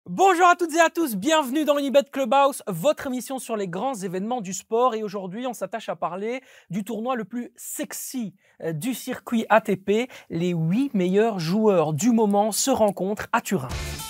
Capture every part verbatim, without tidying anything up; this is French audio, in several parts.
Bonjour à toutes et à tous, bienvenue dans Unibet Clubhouse, votre émission sur les grands événements du sport. Et aujourd'hui, on s'attache à parler du tournoi le plus sexy euh, du circuit A T P. Les huit meilleurs joueurs du moment se rencontrent à Turin.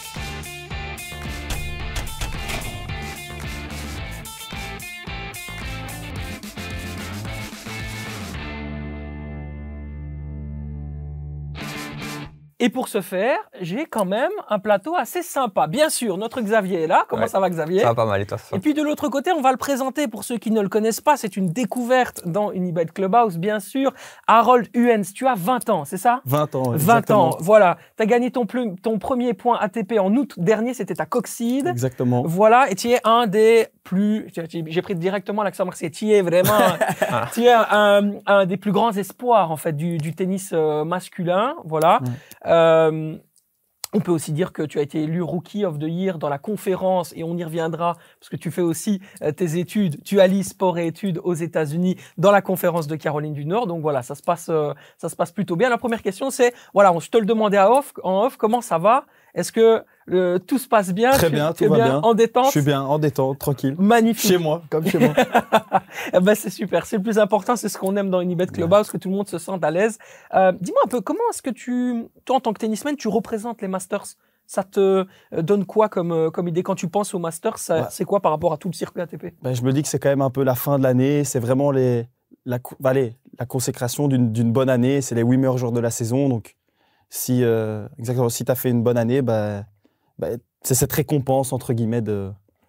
Et pour ce faire, j'ai quand même un plateau assez sympa. Bien sûr, notre Xavier est là. Comment ouais, ça va, Xavier? Ça va pas mal, et toi? Et puis de l'autre côté, on va le présenter pour ceux qui ne le connaissent pas. C'est une découverte dans Unibet Clubhouse, bien sûr. Harold Huens, tu as vingt ans, c'est ça? vingt ans, vingt exactement. ans, voilà. Tu as gagné ton, plus, ton premier point A T P en août dernier, c'était à Coxide. Exactement. Voilà, et tu es un des plus... J'ai pris directement l'accent marseillais. Tu es vraiment... tu es un, un des plus grands espoirs, en fait, du, du tennis euh, masculin. Voilà. Ouais. Euh, on peut aussi dire que tu as été élu Rookie of the Year dans la conférence, et on y reviendra parce que tu fais aussi euh, tes études, tu allies sport et études aux États-Unis dans la conférence de Caroline du Nord. Donc voilà, ça se passe, euh, ça se passe plutôt bien. La première question, c'est voilà, je te le demandais à off, en off, comment ça va? Est-ce que euh, tout se passe bien? Très tu, bien, tu tout es va bien, bien. en détente? Je suis bien, en détente, tranquille. Magnifique. Chez moi, comme chez moi. Eh ben, c'est super, c'est le plus important, c'est ce qu'on aime dans Unibet Clubhouse, que tout le monde se sente à l'aise. Euh, dis-moi un peu, comment est-ce que tu, toi en tant que tennisman, tu représentes les Masters? Ça te donne quoi comme, comme idée quand tu penses aux Masters? Ça, ouais. C'est quoi par rapport à tout le circuit A T P? Ben, je me dis que c'est quand même un peu la fin de l'année. C'est vraiment les, la, allez, la consécration d'une, d'une bonne année. C'est les huit meilleurs joueurs de la saison. Donc, si, euh, exactement, si tu as fait une bonne année, ben, ben, c'est cette récompense, entre guillemets, de,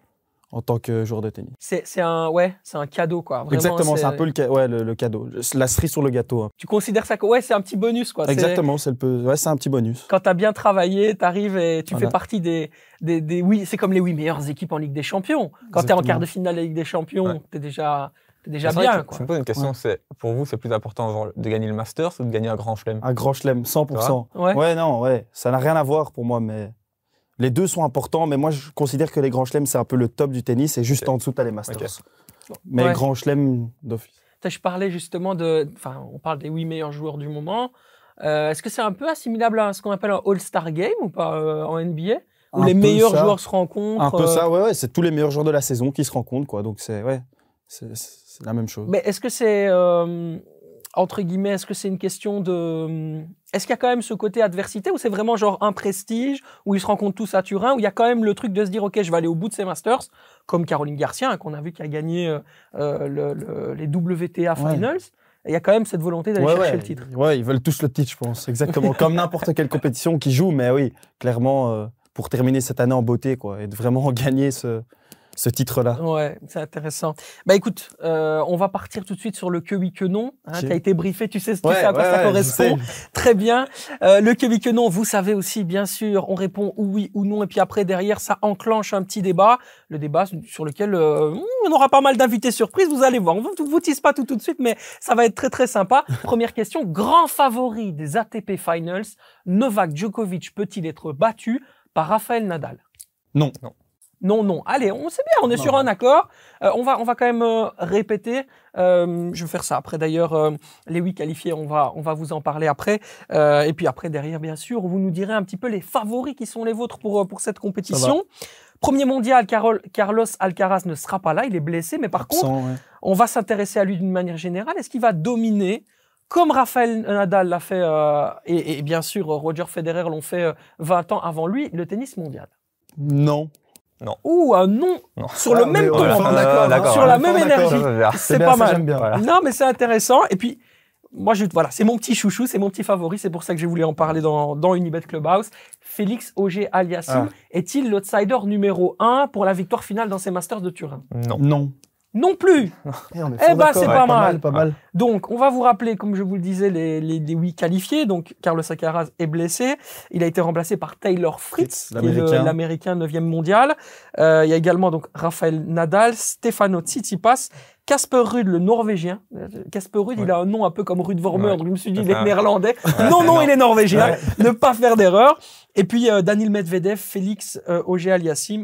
en tant que joueur de tennis. C'est, c'est, un, ouais, c'est un cadeau, quoi. Vraiment, Exactement, c'est... c'est un peu le, ouais, le, le cadeau. La cerise sur le gâteau. Hein. Tu considères ça que ouais, c'est un petit bonus, quoi. Exactement, c'est, c'est, le peu, ouais, c'est un petit bonus. Quand tu as bien travaillé, tu arrives et tu voilà. fais partie des, des, des... Oui, c'est comme les huit meilleures équipes en Ligue des Champions. Quand tu es en quart de finale de la Ligue des Champions, ouais. tu es déjà... C'est déjà c'est bien. Quoi. Je me pose une question, ouais. c'est, pour vous, c'est plus important genre, de gagner le Masters ou de gagner un grand chelem? Un grand chelem, cent pour cent. Ouais. ouais, non, ouais. Ça n'a rien à voir pour moi, mais les deux sont importants. Mais moi, je considère que les grands chelems, c'est un peu le top du tennis et juste okay. en dessous, tu as les Masters. Okay. Mais ouais. grand chelem d'office. Je parlais justement de... Enfin, on parle des huit meilleurs joueurs du moment. Euh, est-ce que c'est un peu assimilable à ce qu'on appelle un All-Star Game ou pas euh, en N B A? Où un les meilleurs ça. joueurs se rencontrent? Un peu euh... ça, ouais, ouais. C'est tous les meilleurs joueurs de la saison qui se rencontrent, quoi. Donc, c'est... Ouais. C'est, c'est la même chose. Mais est-ce que c'est, euh, entre guillemets, est-ce que c'est une question de... Est-ce qu'il y a quand même ce côté adversité ou c'est vraiment genre un prestige où ils se rencontrent tous à Turin, où il y a quand même le truc de se dire « Ok, je vais aller au bout de ces Masters », comme Caroline Garcia, hein, qu'on a vu qui a gagné euh, le, le, les W T A Finals. Ouais. Il y a quand même cette volonté d'aller ouais, chercher ouais. le titre. Ouais, ils veulent tous le titre, je pense. Exactement. Comme n'importe quelle compétition qui joue, mais oui, clairement, euh, pour terminer cette année en beauté, quoi, et de vraiment gagner ce... ce titre-là. Ouais, c'est intéressant. Bah écoute, euh, on va partir tout de suite sur le que oui que non. Hein, tu as été briefé, tu sais, tu ouais, sais à quoi ouais, ça ouais, correspond. Très bien. Euh, le que oui que non, vous savez aussi, bien sûr, on répond oui ou non. Et puis après, derrière, ça enclenche un petit débat. Le débat sur lequel euh, on aura pas mal d'invités surprises, vous allez voir. On ne vous tease pas tout, tout de suite, mais ça va être très très sympa. Première question, grand favori des A T P Finals, Novak Djokovic peut-il être battu par Rafael Nadal? Non. Non. Non, non. Allez, on sait bien, on est non. sur un accord. Euh, on va, on va quand même euh, répéter. Euh, je vais faire ça après. D'ailleurs, euh, les huit qualifiés, on va, on va vous en parler après. Euh, et puis après, derrière, bien sûr, vous nous direz un petit peu les favoris qui sont les vôtres pour, pour cette compétition. Premier mondial, Carol, Carlos Alcaraz ne sera pas là. Il est blessé. Mais par Absent, contre, ouais. on va s'intéresser à lui d'une manière générale. Est-ce qu'il va dominer comme Rafael Nadal l'a fait, euh, et, et bien sûr, Roger Federer l'ont fait euh, vingt ans avant lui, le tennis mondial? Non. Non. Ou un non, non sur ah, le même ton, euh, euh, sur la même énergie. C'est, c'est pas ça, mal. J'aime bien. Voilà. Non, mais c'est intéressant. Et puis, moi, je, voilà, c'est mon petit chouchou, c'est mon petit favori. C'est pour ça que j'ai voulu en parler dans, dans Unibet Clubhouse. Félix Auger-Aliassime ah. est-il l'outsider numéro un pour la victoire finale dans ces Masters de Turin? Non. Non. Non plus. Eh, on est eh ben, c'est ouais, pas, pas, mal. mal, pas mal. Donc, on va vous rappeler, comme je vous le disais, les, les, les huit qualifiés. Donc, Carlos Alcaraz est blessé. Il a été remplacé par Taylor Fritz, Fritz qui est le, l'américain neuvième mondial. Euh, il y a également donc Rafael Nadal, Stefano Tsitsipas, Casper Ruud, le norvégien. Casper Ruud, ouais. il a un nom un peu comme Ruud Vormer. Ouais. Donc, je me suis dit, il est néerlandais. Ouais. Non, non, il est norvégien. Ouais. Ne pas faire d'erreur. Et puis, euh, Daniil Medvedev, Félix euh, Auger-Aliassime.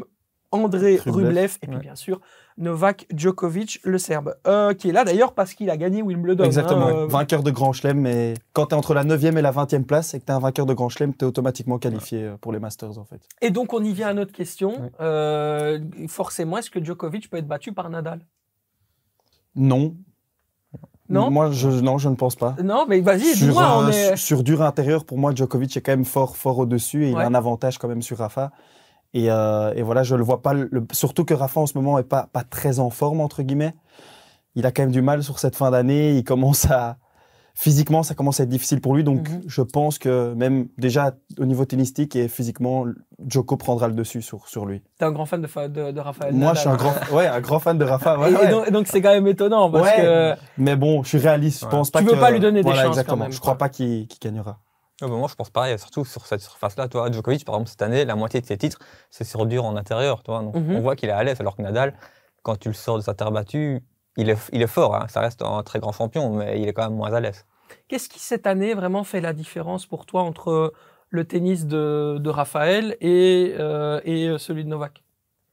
André Rublev, Rublev, et puis ouais. bien sûr Novak Djokovic, le Serbe, euh, qui est là d'ailleurs parce qu'il a gagné Wimbledon. Exactement, hein, euh, vainqueur de Grand Chelem, mais quand tu es entre la neuvième et la vingtième place et que tu es un vainqueur de Grand Chelem, tu es automatiquement qualifié ouais. pour les Masters en fait. Et donc on y vient à notre question. Ouais. Euh, forcément, est-ce que Djokovic peut être battu par Nadal? Non. Non Moi, je, non, je ne pense pas. Non, mais vas-y, Sur, dis-moi. un- On est... sur dur intérieur, pour moi, Djokovic est quand même fort, fort au-dessus et il Ouais. a un avantage quand même sur Rafa. Et, euh, et voilà, je le vois pas. Le, surtout que Rafa en ce moment est pas, pas très en forme, entre guillemets. Il a quand même du mal sur cette fin d'année. Il commence à. Physiquement, ça commence à être difficile pour lui. Donc, Mhm. je pense que même déjà au niveau tennistique et physiquement, Djoko prendra le dessus sur, sur lui. T'es un grand fan de, fa- de, de Rafael Moi, Nadal. je suis un grand, ouais, un grand fan de Rafa. Ouais, Et, et ouais. donc, et donc, c'est quand même étonnant parce Ouais, que mais bon, je suis réaliste. Je Ouais. pense pas Tu que. veux pas lui donner des voilà, chances exactement. quand même, Je quoi. crois pas qu'il qu'il gagnera. Ouais, bah, moi, je pense pareil, surtout sur cette surface-là. Toi, Djokovic, par exemple, cette année, la moitié de ses titres, c'est sur dur en intérieur. Toi, donc, Mhm. on voit qu'il est à l'aise, alors que Nadal, quand tu le sors de sa terre battue, il est, il est fort. Hein, ça reste un très grand champion, mais il est quand même moins à l'aise. Qu'est-ce qui cette année vraiment fait la différence pour toi entre le tennis de, de Rafael et, euh, et celui de Novak?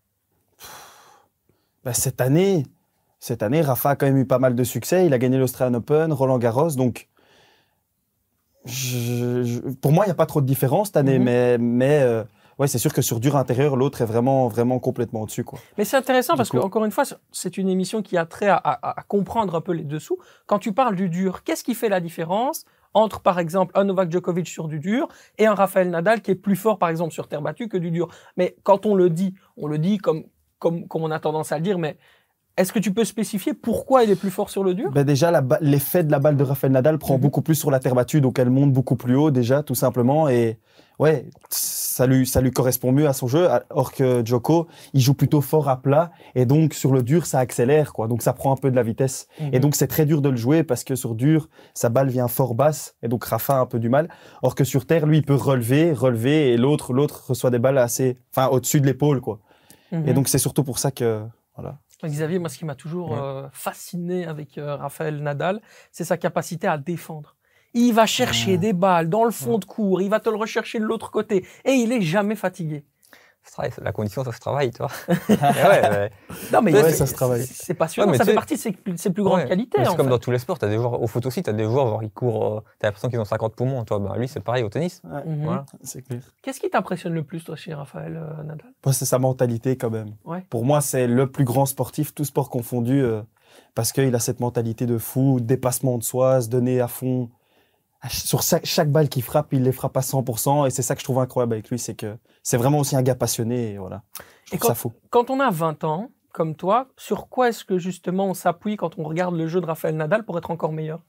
Bah, cette année, cette année, Rafa a quand même eu pas mal de succès. Il a gagné l'Australian Open, Roland Garros. Donc, je, je, pour moi, il n'y a pas trop de différence cette année. Mhm. Mais, mais euh, ouais, c'est sûr que sur dur intérieur, l'autre est vraiment, vraiment complètement au-dessus, quoi. Mais c'est intéressant Du parce coup. que, encore une fois, c'est une émission qui a trait à, à, à comprendre un peu les dessous. Quand tu parles du dur, qu'est-ce qui fait la différence entre, par exemple, un Novak Djokovic sur du dur et un Rafael Nadal qui est plus fort, par exemple, sur terre battue que du dur? Mais quand on le dit, on le dit comme, comme, comme on a tendance à le dire, mais est-ce que tu peux spécifier pourquoi il est plus fort sur le dur? Ben déjà, la ba- l'effet de la balle de Rafael Nadal prend Mhm. beaucoup plus sur la terre battue, donc elle monte beaucoup plus haut déjà, tout simplement. Et ouais, ça lui, ça lui correspond mieux à son jeu. Or que Djoko, il joue plutôt fort à plat, et donc sur le dur, ça accélère, quoi. Donc ça prend un peu de la vitesse. Mhm. Et donc c'est très dur de le jouer parce que sur dur, sa balle vient fort basse, et donc Rafa a un peu du mal. Or que sur terre, lui, il peut relever, relever, et l'autre, l'autre reçoit des balles assez, enfin au-dessus de l'épaule, quoi. Mhm. Et donc c'est surtout pour ça que, voilà. Xavier, moi, ce qui m'a toujours Ouais. euh, fasciné avec euh, Rafael Nadal, c'est sa capacité à défendre. Il va chercher Ouais. des balles dans le fond de cours, il va te le rechercher de l'autre côté, et il est jamais fatigué. Ça se travaille, la condition, ça se travaille, toi. ouais, ouais. Non, mais Ouais, c'est- ça se travaille. c'est c'est passionnant, Ouais, mais ça tu fait sais- partie de ses, plus- ses plus grandes Ouais. qualités. Mais en C'est comme fait. dans tous les sports. T'as des joueurs, au foot aussi, tu as des joueurs, genre, ils courent, euh, t'as l'impression qu'ils ont cinquante poumons. Toi, ben, lui, c'est pareil au tennis. Ouais, Mhm. Voilà. c'est clair. Qu'est-ce qui t'impressionne le plus, toi, chez Rafael euh, Nadal? Moi, c'est sa mentalité quand même. Ouais. Pour moi, c'est le plus grand sportif, tout sport confondu, euh, parce qu'il a cette mentalité de fou, dépassement de soi, se donner à fond. À ch- Sur chaque, chaque balle qu'il frappe, il les frappe à cent pour cent, et c'est ça que je trouve incroyable avec lui, c'est que c'est vraiment aussi un gars passionné, et voilà. Je Et trouve ça fou. Quand on a vingt ans, comme toi, sur quoi est-ce que justement on s'appuie quand on regarde le jeu de Rafael Nadal pour être encore meilleur?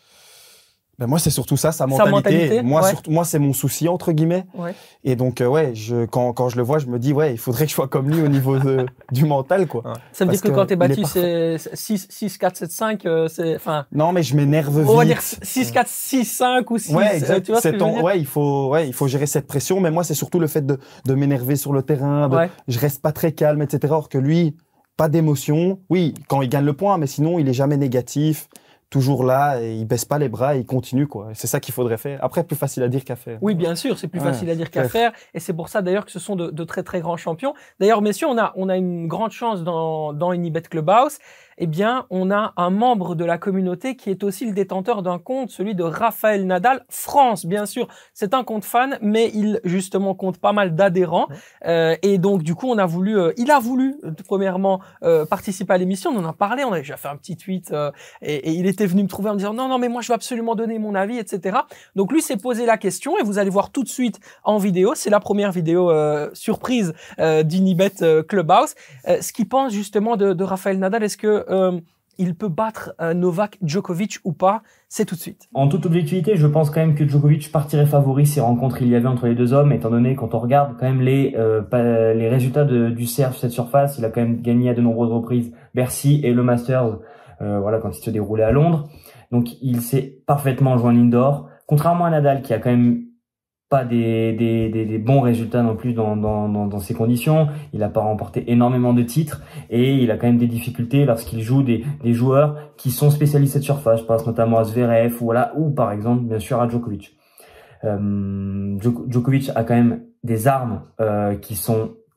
Ben moi, c'est surtout ça, sa Sa mentalité. mentalité, moi, ouais. surtout, moi, c'est mon souci, entre guillemets. Ouais. Et donc, euh, ouais, je, quand, quand je le vois, je me dis, ouais, il faudrait que je sois comme lui au niveau de- du mental, quoi. Ouais. Ça veut Parce dire que, que quand t'es il battu, est c'est six, quatre, sept, cinq, euh, c'est, enfin, Non, mais je m'énerve vite. on va dire six, quatre, six, cinq ou six. Ouais, euh, exact. tu vois ce C'est que je veux ton- dire? ouais, il faut, ouais, il faut gérer cette pression. Mais moi, c'est surtout le fait de, de m'énerver sur le terrain. De, Ouais. Je reste pas très calme, et cetera. Or que lui, pas d'émotion. Oui, quand il gagne le point, mais sinon, il est jamais négatif. Toujours là, et il baisse pas les bras, et il continue, quoi. C'est ça qu'il faudrait faire. Après, plus facile à dire qu'à faire. Oui, bien sûr, c'est plus Ouais, facile à dire qu'à clair. faire, et c'est pour ça d'ailleurs que ce sont de, de très très grands champions. D'ailleurs, messieurs, on a on a une grande chance dans dans Unibet Clubhouse. Eh bien, on a un membre de la communauté qui est aussi le détenteur d'un compte, celui de Rafael Nadal France, bien sûr. C'est un compte fan, mais il justement compte pas mal d'adhérents, euh, et donc du coup, on a voulu, euh, il a voulu euh, premièrement euh, participer à l'émission. On en a parlé, on a déjà fait un petit tweet, euh, et, et il était venu me trouver en me disant non non mais moi je veux absolument donner mon avis, et cetera. Donc lui s'est posé la question et vous allez voir tout de suite en vidéo. C'est la première vidéo euh, surprise euh, d'Unibet euh, Clubhouse. Euh, ce qu'il pense justement de, de Rafael Nadal, est-ce que euh, il peut battre euh, Novak Djokovic ou pas? C'est tout de suite. En toute objectivité, je pense quand même que Djokovic partirait favori ces rencontres qu'il y avait entre les deux hommes, étant donné quand on regarde quand même les euh, pas- les résultats de, du Serbe sur cette surface, il a quand même gagné à de nombreuses reprises Bercy et le Masters, euh, voilà quand il se déroulait à Londres. Donc il sait parfaitement jouer en indoor, contrairement à Nadal qui a quand même pas des, des, des, des bons résultats non plus dans, dans, dans, dans ces conditions. Il n'a pas remporté énormément de titres et il a quand même des difficultés lorsqu'il joue des, des joueurs qui sont spécialistes de surface. Je pense notamment à Zverev ou, voilà, ou par exemple bien sûr à Djokovic. Euh, Djoko- Djokovic a quand même des armes euh, qui sont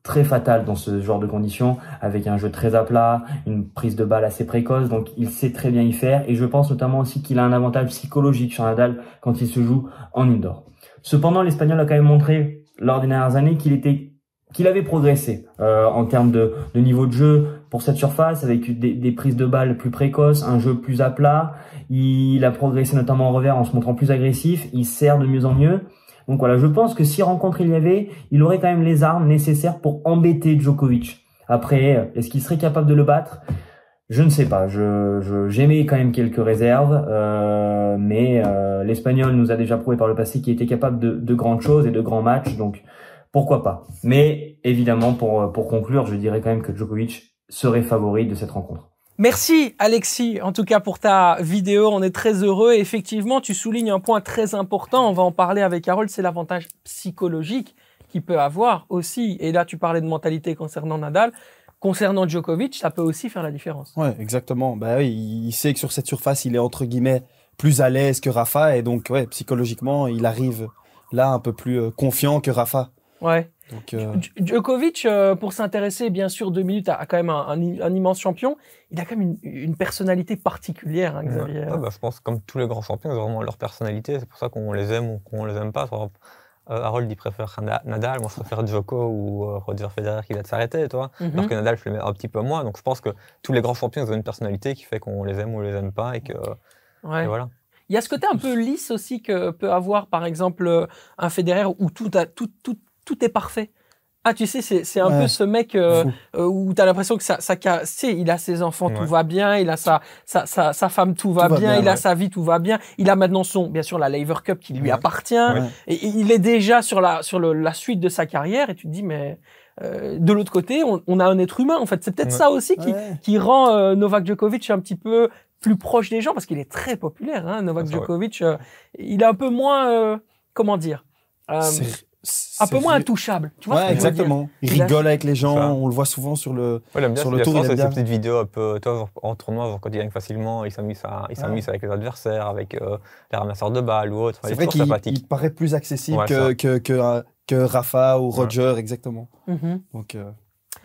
très fatal dans ce genre de conditions, avec un jeu très à plat, une prise de balle assez précoce, donc il sait très bien y faire, et je pense notamment aussi qu'il a un avantage psychologique sur Nadal quand il se joue en indoor. Cependant, l'Espagnol a quand même montré lors des dernières années qu'il était qu'il avait progressé euh, en termes de, de niveau de jeu pour cette surface, avec des, des prises de balles plus précoces, un jeu plus à plat. Il a progressé notamment en revers en se montrant plus agressif, il sert de mieux en mieux. Donc voilà, je pense que si rencontre il y avait, il aurait quand même les armes nécessaires pour embêter Djokovic. Après, est-ce qu'il serait capable de le battre ? Je ne sais pas, je, je j'aimais quand même quelques réserves, euh, mais euh, l'Espagnol nous a déjà prouvé par le passé qu'il était capable de, de grandes choses et de grands matchs, donc pourquoi pas. Mais évidemment, pour, pour conclure, je dirais quand même que Djokovic serait favori de cette rencontre. Merci Alexis, en tout cas pour ta vidéo, on est très heureux. Et effectivement, tu soulignes un point très important, on va en parler avec Harold, c'est l'avantage psychologique qu'il peut avoir aussi. Et là, tu parlais de mentalité concernant Nadal. Concernant Djokovic, ça peut aussi faire la différence. Ouais, exactement. Bah oui, il sait que sur cette surface, il est entre guillemets plus à l'aise que Rafa. Et donc, ouais, psychologiquement, il arrive là un peu plus euh, confiant que Rafa. Ouais. Donc, euh... Djokovic, euh, pour s'intéresser bien sûr deux minutes à, à quand même un, un, un immense champion, il a quand même une, une personnalité particulière, hein, Xavier. Ouais, bah, je pense que comme tous les grands champions, ils ont vraiment leur personnalité. C'est pour ça qu'on les aime ou qu'on les aime pas. Par exemple, euh, Harold, il préfère Nadal, moi je préfère Djoko ou euh, Roger Federer qui va de s'arrêter, toi. Mm-hmm. Alors que Nadal, je l'aime un petit peu moins. Donc je pense que tous les grands champions, ils ont une personnalité qui fait qu'on les aime ou on les aime pas et que ouais. et voilà. Il y a ce côté un peu lisse aussi que peut avoir par exemple un Federer où tout a, tout tout tout est parfait. Ah, tu sais, c'est, c'est un ouais. peu ce mec euh, euh, où tu as l'impression que ça, ça casse. Il a ses enfants, ouais. tout va bien. Il a sa, sa, sa, sa femme, tout va, tout va bien. bien. Il ouais. a sa vie, tout va bien. Il a maintenant son, bien sûr, la Laver Cup qui lui ouais. appartient. Ouais. Et, et il est déjà sur la, sur le, la suite de sa carrière. Et tu te dis, mais euh, de l'autre côté, on, on a un être humain. En fait, c'est peut-être ouais. ça aussi qui, ouais. qui rend euh, Novak Djokovic un petit peu plus proche des gens parce qu'il est très populaire. Hein, Novak c'est Djokovic, ouais. euh, il est un peu moins, euh, comment dire. Euh, c'est... Un peu moins intouchable, tu vois. Ouais, exactement. Il rigole avec les gens, on le voit souvent sur le, ouais, sur le tour. Il aime bien ces petites vidéos un peu, toi, en tournoi, quand il gagne facilement, il s'amuse, à, il s'amuse ouais. avec les adversaires, avec euh, les ramasseurs de balles ou autre. C'est vrai qu'il il paraît plus accessible ouais, que, que, que, que Rafa ou Roger, ouais. exactement. Mm-hmm. Donc, euh...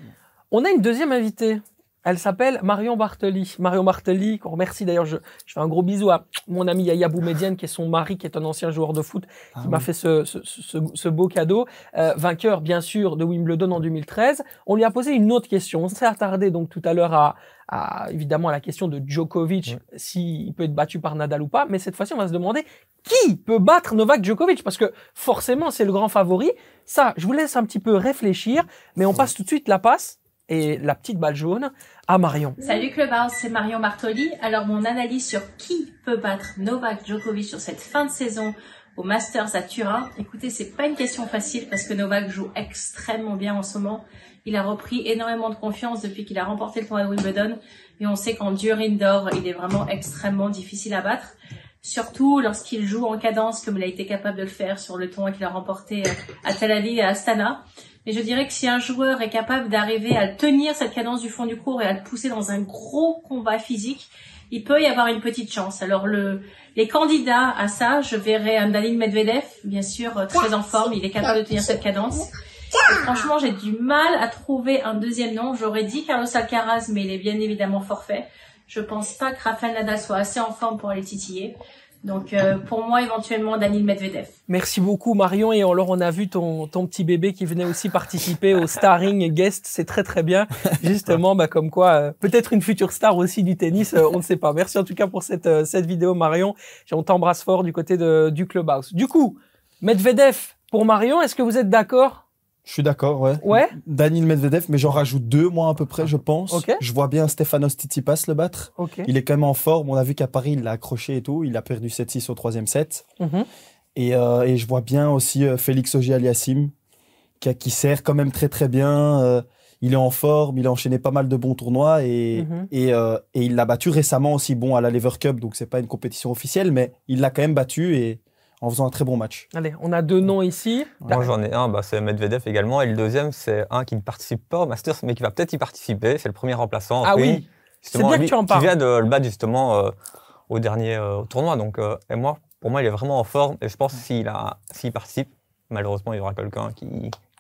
on a une deuxième invitée. Elle s'appelle Marion Bartoli. Marion Bartoli, qu'on remercie d'ailleurs, je, je fais un gros bisou à mon ami Yaya Boumedienne, qui est son mari, qui est un ancien joueur de foot, ah qui oui. m'a fait ce, ce, ce, ce beau cadeau. Euh, vainqueur, bien sûr, de Wimbledon en deux mille treize. On lui a posé une autre question. On s'est attardé donc tout à l'heure à, à évidemment à la question de Djokovic, mmh. s'il peut être battu par Nadal ou pas. Mais cette fois-ci, on va se demander qui peut battre Novak Djokovic, parce que forcément, c'est le grand favori. Ça, je vous laisse un petit peu réfléchir, mais on passe tout de suite la passe. Et la petite balle jaune à Marion. Salut Clubhouse, c'est Marion Bartoli. Alors mon analyse sur qui peut battre Novak Djokovic sur cette fin de saison au Masters à Turin. Écoutez, c'est pas une question facile parce que Novak joue extrêmement bien en ce moment. Il a repris énormément de confiance depuis qu'il a remporté le tournoi de Wimbledon. Et on sait qu'en dur indoor, il est vraiment extrêmement difficile à battre. Surtout lorsqu'il joue en cadence comme il a été capable de le faire sur le tournoi qu'il a remporté à Tel Aviv et à Astana. Et je dirais que si un joueur est capable d'arriver à tenir cette cadence du fond du court et à le pousser dans un gros combat physique, il peut y avoir une petite chance. Alors le, les candidats à ça, je verrais un Daniil Medvedev, bien sûr, très en forme, il est capable de tenir cette cadence. Et franchement, j'ai du mal à trouver un deuxième nom. J'aurais dit Carlos Alcaraz, mais il est bien évidemment forfait. Je pense pas que Rafael Nadal soit assez en forme pour aller titiller. Donc, euh, pour moi, éventuellement, Daniil Medvedev. Merci beaucoup, Marion. Et alors, on a vu ton, ton petit bébé qui venait aussi participer au Starring Guest. C'est très, très bien. Justement, bah, comme quoi, euh, peut-être une future star aussi du tennis. Euh, on ne sait pas. Merci en tout cas pour cette, euh, cette vidéo, Marion. Et on t'embrasse fort du côté de, du Clubhouse. Du coup, Medvedev pour Marion. Est-ce que vous êtes d'accord? Je suis d'accord, ouais. Ouais. Daniil Medvedev, mais j'en rajoute deux, moi, à peu près, je pense. Okay. Je vois bien Stefanos Tsitsipas le battre. Okay. Il est quand même en forme. On a vu qu'à Paris, il l'a accroché et tout. Il a perdu sept six au troisième set. Mm-hmm. Et, euh, et je vois bien aussi euh, Félix Auger-Aliassime, qui, qui sert quand même très, très bien. Euh, il est en forme. Il a enchaîné pas mal de bons tournois. Et, mm-hmm. et, euh, et il l'a battu récemment aussi, bon, à la Lever Cup. Donc, c'est pas une compétition officielle, mais il l'a quand même battu et en faisant un très bon match. Allez, on a deux noms ici. Moi, j'en ai un, bah, c'est Medvedev également. Et le deuxième, c'est un qui ne participe pas au Masters, mais qui va peut-être y participer. C'est le premier remplaçant. Ah oui, oui. C'est bien lui, que tu en parles. Qui vient de le battre justement euh, au dernier euh, tournoi. Donc, euh, et moi, pour moi, il est vraiment en forme. Et je pense que s'il, a, s'il participe, malheureusement, il y aura quelqu'un qui, qui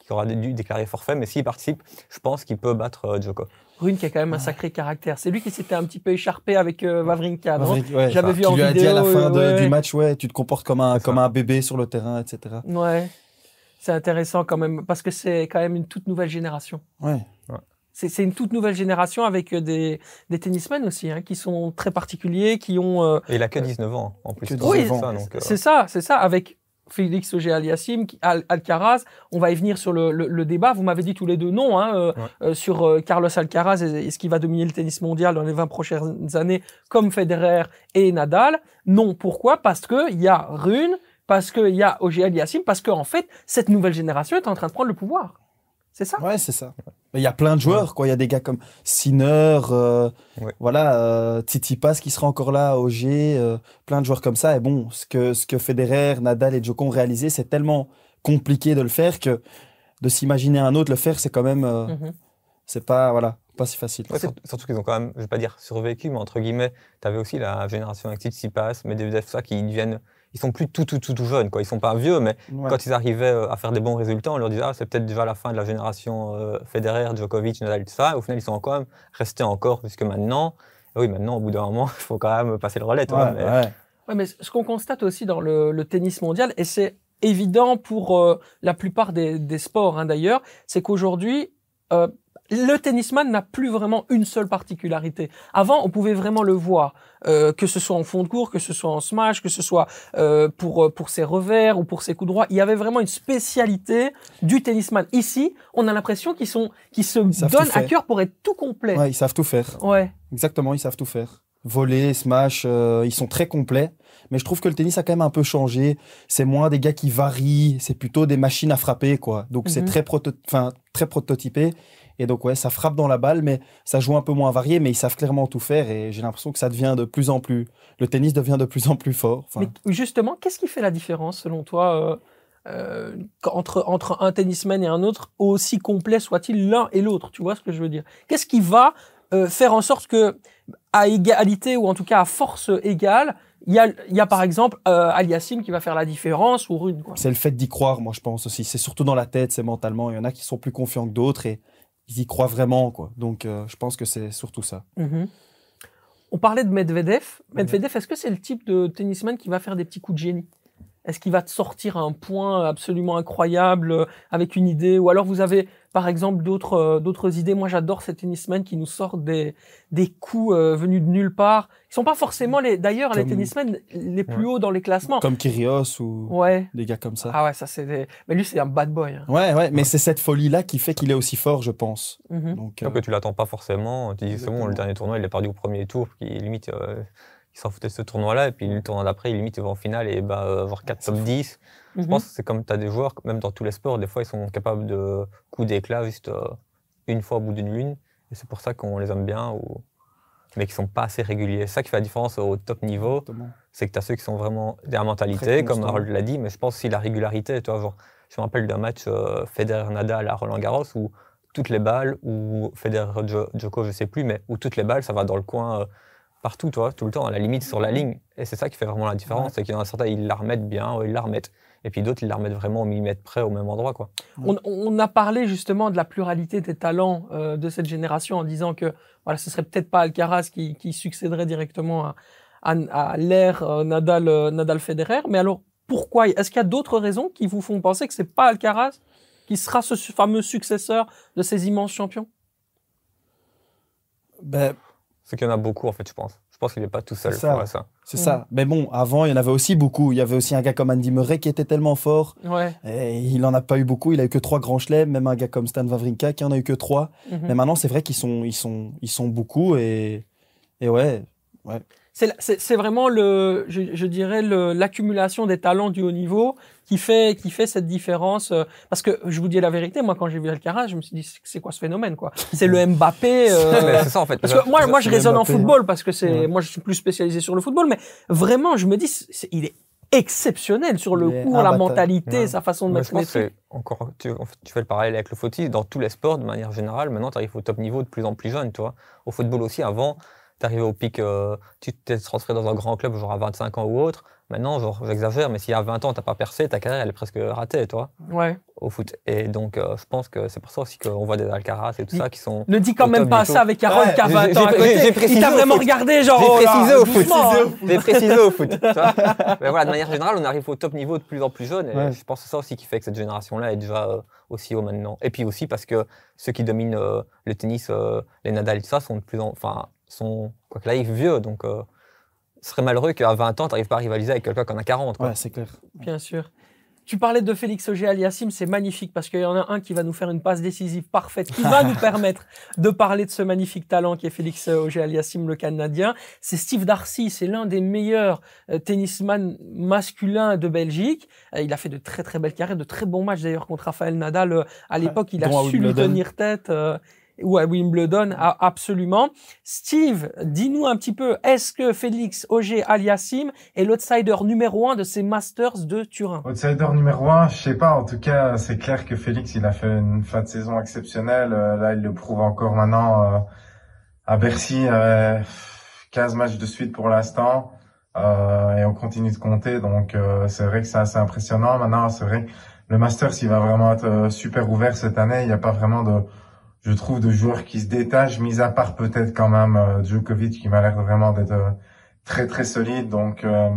qui aura dû déclarer forfait, mais s'il participe, je pense qu'il peut battre euh, Djoko. Rune qui a quand même un sacré caractère. C'est lui qui s'était un petit peu écharpé avec euh, Wawrinka, non Wawrinka, ouais, J'avais enfin, vu en qui lui vidéo. a dit à la fin de- ouais. du match, ouais, tu te comportes comme un, C'est comme ça. un bébé sur le terrain, et cetera. Ouais, c'est intéressant quand même, parce que c'est quand même une toute nouvelle génération. Ouais. C'est, c'est une toute nouvelle génération avec euh, des, des tennismen aussi, hein, qui sont très particuliers, qui ont... euh, Et il a que dix-neuf ans, en plus. Que donc dix-neuf c'est ans. ça, donc, euh, C'est ça, c'est ça, avec Félix Auger-Aliassime, qui- Al- Alcaraz. On va y venir sur le, le, le débat. Vous m'avez dit tous les deux non, hein, euh, Ouais. euh, sur euh, Carlos Alcaraz et, et ce qui va dominer le tennis mondial dans les vingt prochaines années, comme Federer et Nadal. Non, pourquoi? Parce que il y a Rune, parce qu'il y a Auger-Aliassime, parce qu'en fait, cette nouvelle génération est en train de prendre le pouvoir. C'est ça? Ouais, c'est ça. Mais il y a plein de joueurs, quoi. Il y a des gars comme Sinner, euh, Ouais. voilà, euh, Tsitsipas qui sera encore là, Auger, euh, plein de joueurs comme ça. Et bon, ce que, ce que Federer, Nadal et Djoko ont réalisé, c'est tellement compliqué de le faire que de s'imaginer un autre le faire, c'est quand même, euh, Mhm. c'est pas, voilà, pas si facile. ouais, surtout, surtout qu'ils ont quand même, je vais pas dire survécu, mais entre guillemets, tu avais aussi la génération avec Tsitsipas, Medvedev, ça, qui deviennent, ils sont plus tout, tout, tout, tout jeunes, quoi. Ils sont pas vieux, mais Ouais. quand ils arrivaient euh, à faire des bons résultats, on leur disait, ah, c'est peut-être déjà la fin de la génération euh, Federer, Djokovic, Nadal, tout ça. Et au final, ils sont quand même restés encore jusque maintenant. Et oui, maintenant, au bout d'un moment, il faut quand même passer le relais, toi. Ouais, mais- ouais. Ouais, mais ce qu'on constate aussi dans le, le tennis mondial, et c'est évident pour euh, la plupart des, des sports hein, d'ailleurs, c'est qu'aujourd'hui, euh, le tennisman n'a plus vraiment une seule particularité. Avant, on pouvait vraiment le voir, euh, que ce soit en fond de cours, que ce soit en smash, que ce soit euh, pour pour ses revers ou pour ses coups droits. Il y avait vraiment une spécialité du tennisman. Ici, on a l'impression qu'ils sont qu'ils se savent donnent tout à faire. cœur pour être tout complet. Ouais, ils savent tout faire. Ouais. Exactement, ils savent tout faire. Voler, smash, euh, ils sont très complets. Mais je trouve que le tennis a quand même un peu changé. C'est moins des gars qui varient, c'est plutôt des machines à frapper, quoi. Donc c'est Mhm. très, proto- enfin, très prototypé. Et donc ouais, ça frappe dans la balle, mais ça joue un peu moins varié, mais ils savent clairement tout faire. Et j'ai l'impression que ça devient de plus en plus, le tennis devient de plus en plus fort. Enfin, Mais justement, qu'est-ce qui fait la différence selon toi euh, euh, entre, entre un tennisman et un autre, aussi complet soit-il l'un et l'autre? Tu vois ce que je veux dire? Qu'est-ce qui va euh, faire en sorte que, à égalité ou en tout cas à force égale, il y a, il y a par exemple euh, Aliassime qui va faire la différence ou Rune, quoi. c'est le fait d'y croire, moi je pense aussi. C'est surtout dans la tête, c'est mentalement. Il y en a qui sont plus confiants que d'autres et ils y croient vraiment, quoi. Donc euh, je pense que c'est surtout ça. Mhm. On parlait de Medvedev. Medvedev, est-ce que c'est le type de tennisman qui va faire des petits coups de génie? Est-ce qu'il va te sortir un point absolument incroyable euh, avec une idée? Ou alors vous avez, par exemple, d'autres euh, d'autres idées? Moi, j'adore ces tennismen qui nous sortent des, des coups euh, venus de nulle part. Ils sont pas forcément, les d'ailleurs, les Comme- tennismen les plus Ouais. hauts dans les classements. Comme Kyrgios ou Ouais. des gars comme ça. Ah ouais, ça c'est des... Mais lui, c'est un bad boy. Hein. Ouais, ouais, mais c'est cette folie-là qui fait qu'il est aussi fort, je pense. Mhm. Donc, Donc euh, que tu l'attends pas forcément. Tu dis, c'est bon, Exactement. le dernier tournoi, il est perdu au premier tour, puis limite, euh, il s'en foutait de ce tournoi-là, et puis le tournoi d'après, limite, il va en finale et bah, euh, avoir quatre C'est top fou. dix. Je Mhm. pense que c'est comme tu as des joueurs, même dans tous les sports, des fois, ils sont capables de coups d'éclat juste euh, une fois au bout d'une lune, et c'est pour ça qu'on les aime bien, ou... mais qui sont pas assez réguliers. C'est ça qui fait la différence au top niveau, exactement. c'est que tu as ceux qui sont vraiment des mentalités, Très comme constants. Harold l'a dit, mais je pense aussi la régularité. Tu vois, genre, je me rappelle d'un match euh, Federer-Nadal à Roland-Garros où toutes les balles, ou Federer-Djoko, je sais plus, mais où toutes les balles, ça va dans le coin euh, partout, toi, tout le temps, à la limite sur la ligne. Et c'est ça qui fait vraiment la différence, Ouais. c'est qu'il y en a certains, ils la remettent bien, ouais, ils la remettent. Et puis d'autres, ils la remettent vraiment au millimètre près, au même endroit, quoi. On, on a parlé justement de la pluralité des talents euh, de cette génération en disant que voilà, ce serait peut-être pas Alcaraz qui, qui succéderait directement à, à, à l'ère euh, Nadal, euh, Nadal Federer. Mais alors pourquoi? Est-ce qu'il y a d'autres raisons qui vous font penser que c'est pas Alcaraz qui sera ce su- fameux successeur de ces immenses champions? Ben, C'est qu'il y en a beaucoup, en fait, je pense. Je pense qu'il n'est pas tout seul C'est ça. pour ça. c'est Mhm. ça. Mais bon, avant, il y en avait aussi beaucoup. Il y avait aussi un gars comme Andy Murray qui était tellement fort. Ouais. Et il en a pas eu beaucoup. Il a eu que trois grands chelems. Même un gars comme Stan Wawrinka qui en a eu que trois. Mhm. Mais maintenant, c'est vrai qu'ils sont, ils sont, ils sont beaucoup. Et, et ouais, C'est la- C'est c'est vraiment le, je, je dirais le- l'accumulation des talents du haut niveau qui fait qui fait cette différence. euh, Parce que je vous dis la vérité, moi quand j'ai vu Alcaraz, je me suis dit c'est- c'est quoi ce phénomène quoi? C'est le Mbappé. euh, Mais c'est ça, en fait. Parce que moi, moi, je le raisonne en Mbappé. football parce que c'est, Ouais. moi, je suis plus spécialisé sur le football, mais vraiment, je me dis, c'est- il est exceptionnel sur le Il est court, la imbattable. mentalité, Ouais. sa façon de Mais mettre je pense les que trucs. c'est encore, tu, en fait, tu fais le parallèle avec le footy, dans tous les sports, de manière générale, maintenant tu arrives au top niveau de plus en plus jeune, tu vois. Au football aussi, avant, tu arrivais au pic, euh, tu t'es transféré dans un grand club, genre à vingt-cinq ans ou autre, Maintenant, genre, j'exagère, mais s'il y a vingt ans, tu n'as pas percé, ta carrière, elle est presque ratée, toi, ouais. au foot. Et donc, euh, je pense que c'est pour ça aussi qu'on voit des Alcaraz et tout Il... ça qui sont. Ne dis quand même pas ça avec Harold ouais, qui a vingt ans à côté. Il t'a vraiment regardé, genre. J'ai oh précisé là, au foot. doucement. J'ai précisé au foot. Mais voilà, de manière générale, on arrive au top niveau de plus en plus jeune. Et ouais. je pense que c'est ça aussi qui fait que cette génération-là est déjà euh, aussi haut maintenant. Et puis aussi parce que ceux qui dominent euh, le tennis, euh, les Nadal et tout ça, sont de plus en. Enfin, sont, quoi que là, ils vieux. Donc. Euh, Ce serait malheureux qu'à vingt ans, tu n'arrives pas à rivaliser avec quelqu'un qui en a quarante. Quoi. Ouais, c'est clair. Bien sûr. Tu parlais de Félix Auger-Aliassime, c'est magnifique parce qu'il y en a un qui va nous faire une passe décisive parfaite, qui va nous permettre de parler de ce magnifique talent qui est Félix Auger-Aliassime, le Canadien. C'est Steve Darcy, c'est l'un des meilleurs euh, tennisman masculins de Belgique. Euh, il a fait de très très belles carrières, de très bons matchs d'ailleurs contre Rafael Nadal. Euh, à l'époque, il a Bon, su lui tenir tête. Euh, ou à Wimbledon, absolument. Steve, dis-nous un petit peu, est-ce que Félix Auger-Aliassime est l'outsider numéro un de ces Masters de Turin? Outsider numéro un, je sais pas. En tout cas, c'est clair que Félix, il a fait une fin de saison exceptionnelle. Là, il le prouve encore maintenant à Bercy. quinze matchs de suite pour l'instant. Et on continue de compter. Donc, c'est vrai que c'est assez impressionnant. Maintenant, c'est vrai que le Masters, il va vraiment être super ouvert cette année. Il n'y a pas vraiment de... je trouve, de joueurs qui se détachent, mis à part peut-être quand même euh, Djokovic, qui m'a l'air vraiment d'être euh, très très solide. Donc, euh,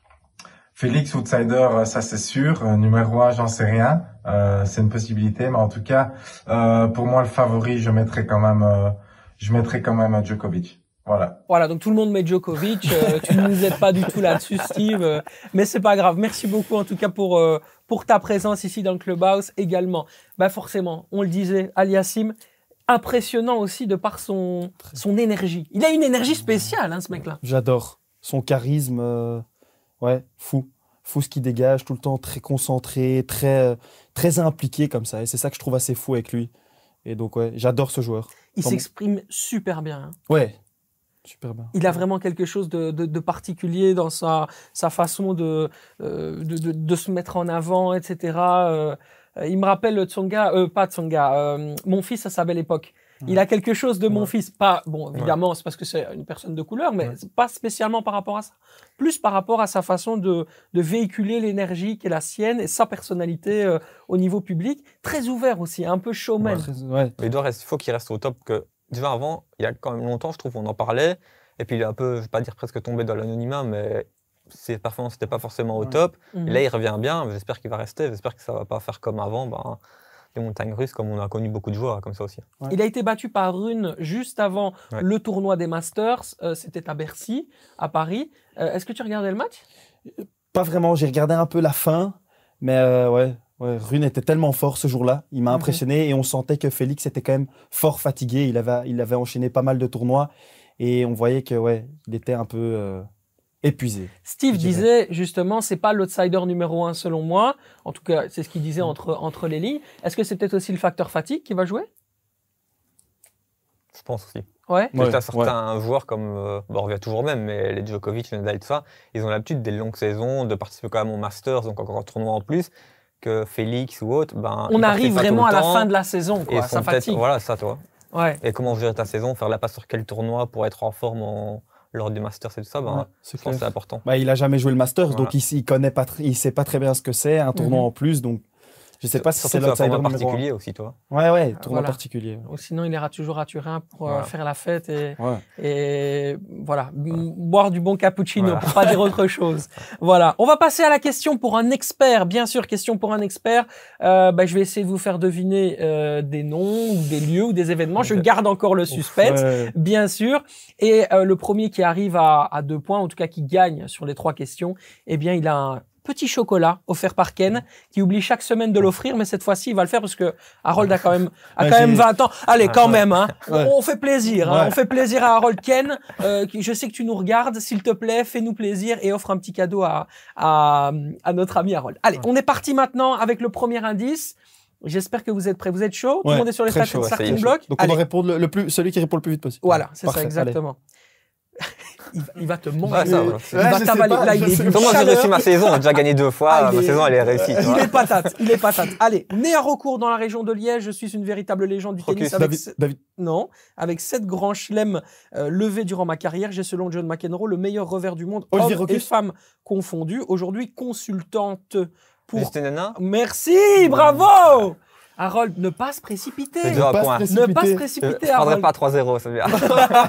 Félix, outsider, ça c'est sûr. Euh, numéro un, j'en sais rien. Euh, c'est une possibilité, mais en tout cas, euh, pour moi, le favori, je mettrais quand même, euh, je mettrais quand même Djokovic. Voilà. Voilà, donc tout le monde met Djokovic. Euh, tu ne nous aides pas du tout là-dessus, Steve. Euh, mais c'est pas grave. Merci beaucoup en tout cas pour euh, pour ta présence ici dans le Clubhouse également. Bah forcément, on le disait, Aliassime, impressionnant aussi de par son son énergie. Il a une énergie spéciale, hein, ce mec-là. J'adore son charisme. Euh, ouais, fou, fou ce qu'il dégage, tout le temps très concentré, très très impliqué comme ça. Et c'est ça que je trouve assez fou avec lui. Et donc ouais, j'adore ce joueur. Il Comme... s'exprime super bien. Hein. Ouais. Super bien. Il a vraiment quelque chose de, de, de particulier dans sa, sa façon de, euh, de, de, de se mettre en avant, et cetera. Euh, il me rappelle Tsonga, euh, pas Tsonga, euh, mon fils à sa belle époque. Ouais. Il a quelque chose de mon ouais. fils. Pas, bon, évidemment, ouais. c'est parce que c'est une personne de couleur, mais ouais. c'est pas spécialement par rapport à ça. Plus par rapport à sa façon de, de véhiculer l'énergie qui est la sienne et sa personnalité euh, au niveau public. Très ouvert aussi, un peu showman. Ouais, très, ouais. Il doit rester, faut qu'il reste au top que. Déjà avant, il y a quand même longtemps, je trouve, on en parlait, et puis il est un peu, je vais pas dire presque tombé dans l'anonymat, mais ses performances n'étaient pas forcément au top. Mmh. Et là, il revient bien, j'espère qu'il va rester, j'espère que ça va pas faire comme avant, ben, des montagnes russes, comme on a connu beaucoup de joueurs comme ça aussi. Ouais. Il a été battu par Rune juste avant ouais. le tournoi des Masters, euh, c'était à Bercy, à Paris. Euh, est-ce que tu regardais le match ? Pas vraiment, j'ai regardé un peu la fin, mais euh, ouais. Ouais, Rune était tellement fort ce jour-là, il m'a mmh. impressionné et on sentait que Félix était quand même fort fatigué. Il avait, il avait enchaîné pas mal de tournois et on voyait que ouais, il était un peu euh, épuisé. Steve disait justement, c'est pas l'outsider numéro un selon moi. En tout cas, c'est ce qu'il disait mmh. entre entre les lignes. Est-ce que c'est peut-être aussi le facteur fatigue qui va jouer ? Je pense aussi. Ouais. ouais T'as certains ouais. joueurs comme, euh, bon, on revient toujours même, mais les Djokovic, les Nadal, tout ça, ils ont l'habitude des longues saisons de participer quand même aux Masters, donc encore un tournoi en plus. Que Félix ou autre, ben on arrive vraiment à la fin de la saison, quoi. Ça fatigue. Voilà, ça, toi. Ouais. Et comment gérer ta saison, faire la passe sur quel tournoi pour être en forme en... lors du Masters et tout ça, ben, ouais, je pense que c'est important. Bah, il a jamais joué le Masters, voilà. donc il, il connaît pas, il sait pas très bien ce que c'est, un tournoi mm-hmm. en plus, donc. Je sais pas si c'est l'outsider numéro particulier aussi, toi. Ouais, ouais, tournoi voilà. particulier. Ou sinon, il ira toujours à Turin pour voilà. euh, faire la fête et, ouais. et voilà, voilà. boire du bon cappuccino, voilà. pour pas dire autre chose. Voilà. On va passer à la question pour un expert. Bien sûr, question pour un expert. Euh, bah, je vais essayer de vous faire deviner euh, des noms, ou des lieux ou des événements. Je garde encore le suspense, ouais. bien sûr. Et euh, le premier qui arrive à, à deux points, en tout cas qui gagne sur les trois questions, eh bien, il a un petit chocolat offert par Ken, qui oublie chaque semaine de l'offrir, mais cette fois-ci, il va le faire parce que Harold a quand même, a ouais, quand même vingt ans. Allez, quand ouais. même, hein. Ouais. On fait plaisir, hein. Ouais. On fait plaisir à Harold. Ken, euh, je sais que tu nous regardes. S'il te plaît, fais-nous plaisir et offre un petit cadeau à, à, à notre ami Harold. Allez, ouais. on est parti maintenant avec le premier indice. J'espère que vous êtes prêts. Vous êtes chaud? Tout le monde est sur les starting blocks. Donc, on va répondre le, le plus, celui qui répond le plus vite possible. Voilà, c'est ça, exactement. il, va- il va te manger. Ouais, ça, il ouais. Ouais, va je t'avaler. sais pas, Là, il je est sais d'une Comment j'ai chaleur. réussi ma saison? J'ai déjà gagné deux fois, Ah, il ma est- saison elle est réussie. tu Il vois. est patate, il est patate. Allez, né à Raucourt dans la région de Liège, je suis une véritable légende du Focus. tennis avec David, sept- David, non, avec sept grands chelems euh, levés durant ma carrière, j'ai selon John McEnroe le meilleur revers du monde, Olivier hommes et Rocus. femmes confondus. Aujourd'hui consultante pour. Juste Nena? Merci, bravo. Harold, ne pas se précipiter. C'est Ne dur à pas point. se pas se précipiter. Je précipiter, ne prendrai Harold. pas trois zéro, c'est bien.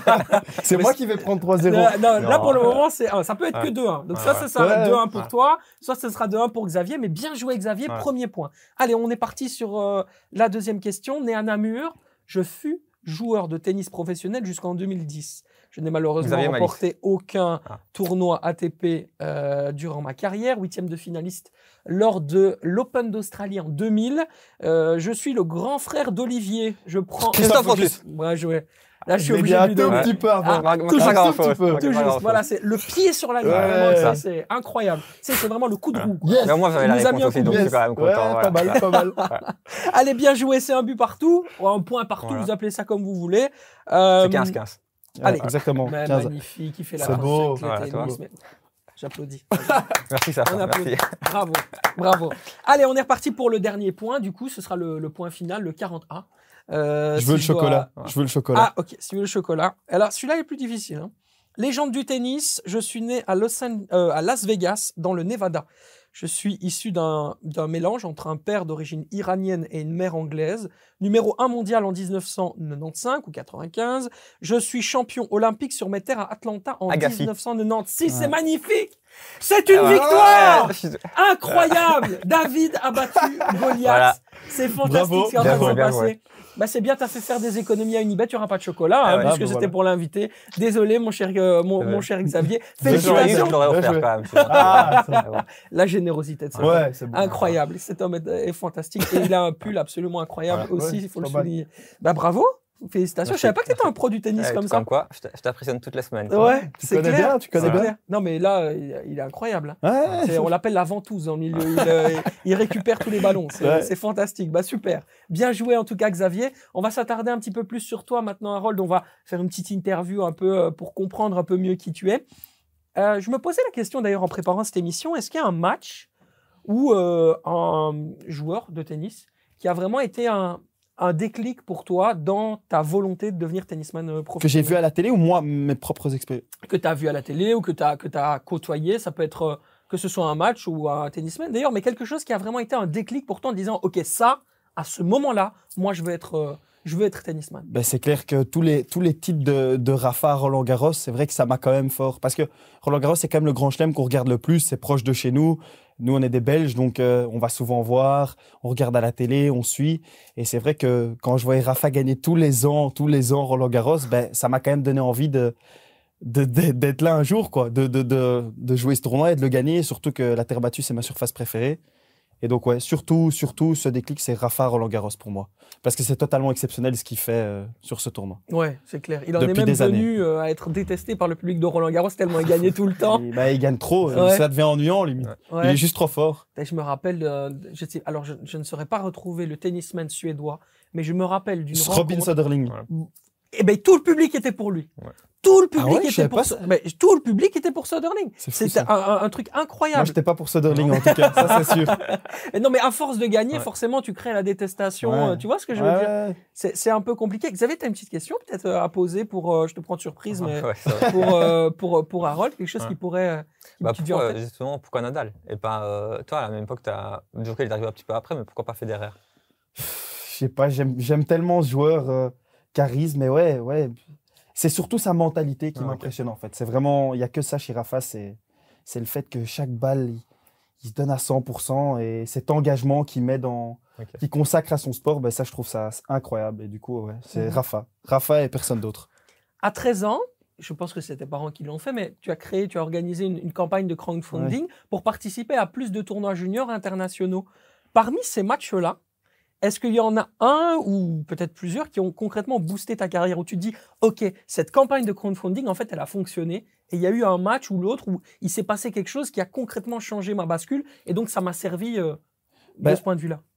C'est Mais moi c'est- qui vais prendre trois zéro. Non, non, là Non. pour le moment c'est un. Ça peut être que Ouais. deux un. Donc Ouais, soit ouais. ce sera Ouais. deux un pour Ouais. toi, soit ce sera deux un pour Xavier. Mais bien joué Xavier, Ouais. premier point. Allez, on est parti sur euh, la deuxième question. Né à Namur, je fus joueur de tennis professionnel jusqu'en deux mille dix. Je n'ai malheureusement Xavier Malice. remporté aucun Ah. tournoi A T P euh, durant ma carrière. Huitième de finaliste lors de l'Open d'Australie en deux mille. Euh, je suis le grand frère d'Olivier. Je prends. Christophe Rocus. Bien joué. Là, je suis Mais obligé bien de un lui tout donner. petit peu avant. Ah, Pas tout pas juste, grand tout petit chose. peu. Pas Tout grand juste. chose. Voilà, c'est le pied sur la ligne. Ouais. Vraiment, ça, Ouais. c'est incroyable. C'est c'est vraiment le coup de roue. quoi. Yes. Mais au moins j'avais Il la nous a mis réponse un aussi, coup de donc je suis Yes. quand même Ouais, content. pas voilà. mal, pas mal. Allez, bien joué, c'est un but partout. Ou un point partout, Voilà. vous appelez ça comme vous voulez. Euh, C'est quinze quinze. Allez. Ouais, exactement. mais quinze. magnifique, il fait la C'est transition beau. avec le Voilà, tennis, toi. mais J'applaudis. Merci, ça. On applaudit. Merci. Bravo, bravo. Allez, on est reparti pour le dernier point. Du coup, ce sera le, le point final, le quarante A. Euh, Je veux si le dois- chocolat. dois- Je veux le chocolat. Ah, ok, si tu veux le chocolat. Alors, celui-là est plus difficile. hein. Légende du tennis, je suis né à, Los An- euh, à Las Vegas, dans le Nevada. Je suis issu d'un d'un mélange entre un père d'origine iranienne et une mère anglaise. Numéro un mondial en dix-neuf cent quatre-vingt-quinze ou quatre-vingt-quinze. Je suis champion olympique sur mes terres à Atlanta en Agassi. dix-neuf cent quatre-vingt-seize. C'est Ouais. magnifique. C'est une Ah ouais. victoire Ouais, je suis- incroyable. David a battu Goliath. Voilà. C'est fantastique Bravo. ce qui est en train de Bien se joué, bien passer. joué. Bah c'est bien, t'as fait faire des économies à Unibet, il n'y aura pas de chocolat, Ah hein, ouais. puisque Ah, bah c'était voilà. pour l'inviter. Désolé, mon cher, euh, mon, Ouais. mon cher Xavier. Je l'aurais- je Félicitations. l'aurais Bien offert joué. quand même. je suis Ah, ça- content. La générosité de ce Ouais, c'est bon. Incroyable. Cet homme est, est fantastique et il a un pull absolument incroyable Voilà. aussi, Ouais, il faut le pas mal. souligner. Bah bravo, félicitations. Merci. Je savais pas que t'étais un pro du tennis Eh, comme tout ça. Comme quoi, je t'a- je t'impressionne toutes les semaines. Ouais, Tu c'est connais clair. bien, tu connais c'est bien. clair. Non mais là, euh, il il est incroyable. hein. Ouais. C'est- on l'appelle la ventouse dans le milieu. Il, euh, il récupère tous les ballons. C'est Ouais. c'est fantastique. Bah super. Bien joué en tout cas Xavier. On va s'attarder un petit peu plus sur toi maintenant Harold. On va faire une petite interview un peu euh, pour comprendre un peu mieux qui tu es. Euh, je me posais la question d'ailleurs en préparant cette émission. Est-ce qu'il y a un match où euh, un joueur de tennis qui a vraiment été un, un déclic pour toi dans ta volonté de devenir tennisman euh, Que professionnel? j'ai vu à la télé ou moi, mes propres expériences? Que tu as vu à la télé ou que tu as, que tu as côtoyé, ça peut être euh, que ce soit un match ou un tennisman d'ailleurs, mais quelque chose qui a vraiment été un déclic pour toi en disant ok, ça, à ce moment-là, moi je veux être, euh, je veux être tennisman. Ben, c'est clair que tous les, tous les titres de, de Rafa à Roland Garros, c'est vrai que ça m'a quand même fort. Parce que Roland Garros, c'est quand même le grand chelem qu'on regarde le plus, c'est proche de chez nous. Nous, on est des Belges, donc euh, on va souvent voir, on regarde à la télé, on suit. Et c'est vrai que quand je voyais Rafa gagner tous les ans, tous les ans Roland Garros, ben, ça m'a quand même donné envie de, de, de- d'être là un jour, quoi, de, de, de, de jouer ce tournoi et de le gagner. Surtout que la terre battue, c'est ma surface préférée. Et donc, ouais, surtout, surtout, ce déclic, c'est Rafa Roland Garros pour moi. Parce que c'est totalement exceptionnel ce qu'il fait euh, sur ce tournoi. Ouais, c'est clair. Il en Depuis est même des venu euh, à être détesté par le public de Roland Garros tellement il gagnait tout le temps. Et, bah, il gagne trop, Ouais. ça devient ennuyant, limite. Ouais. Il Ouais. est juste trop fort. Et Je me rappelle, euh, je sais, alors je, je ne saurais pas retrouver le tennisman suédois, mais je me rappelle d'une Robin rencontre. Söderling. Voilà. Et ben tout le public était pour lui. Ouais. Tout le public Ah ouais, je était savais pour pas ce- ça. mais tout le public était pour Söderling. C'est fou, C'était ça. un, un- un truc Moi, incroyable. j'étais pas pour Söderling, en tout cas, ça, c'est sûr. Et non, mais à force de gagner, Ouais. forcément, tu crées la détestation. Ouais. euh, Tu vois ce que je veux Ouais, dire ouais. C'est c'est un peu compliqué. Xavier, tu as une petite question peut-être euh, à poser pour. euh, je te prends de surprise, mais Ouais, ça va. pour, euh, pour, pour Harold, quelque chose Ouais. qui pourrait. euh, qui Bah, te vient en pourquoi, tête. justement, pourquoi Nadal? Et pas, euh, toi, à la même époque, t'as... Djokovic il est arrivé un petit peu après, mais pourquoi pas Federer? Je sais pas, j'aime j'aime tellement ce joueur, euh, charisme, mais ouais, ouais. C'est surtout sa mentalité qui Ah, ok. m'impressionne, en fait. C'est vraiment, il y a que ça chez Rafa, c'est c'est le fait que chaque balle, il, il se donne à cent pour cent et cet engagement qu'il met dans, Ok. qu'il consacre à son sport, ben ça, je trouve ça incroyable. Et du coup, ouais, c'est Mhm. Rafa. Rafa et personne d'autre. À treize ans, je pense que c'est tes parents qui l'ont fait, mais tu as créé, tu as organisé une, une campagne de crowdfunding pour participer à plus de tournois juniors internationaux. Parmi ces matchs-là, est-ce qu'il y en a un ou peut-être plusieurs qui ont concrètement boosté ta carrière où tu te dis, OK, cette campagne de crowdfunding, en fait, elle a fonctionné et il y a eu un match ou l'autre où il s'est passé quelque chose qui a concrètement changé ma bascule et donc ça m'a servi euh, de Ben, ce point de vue-là.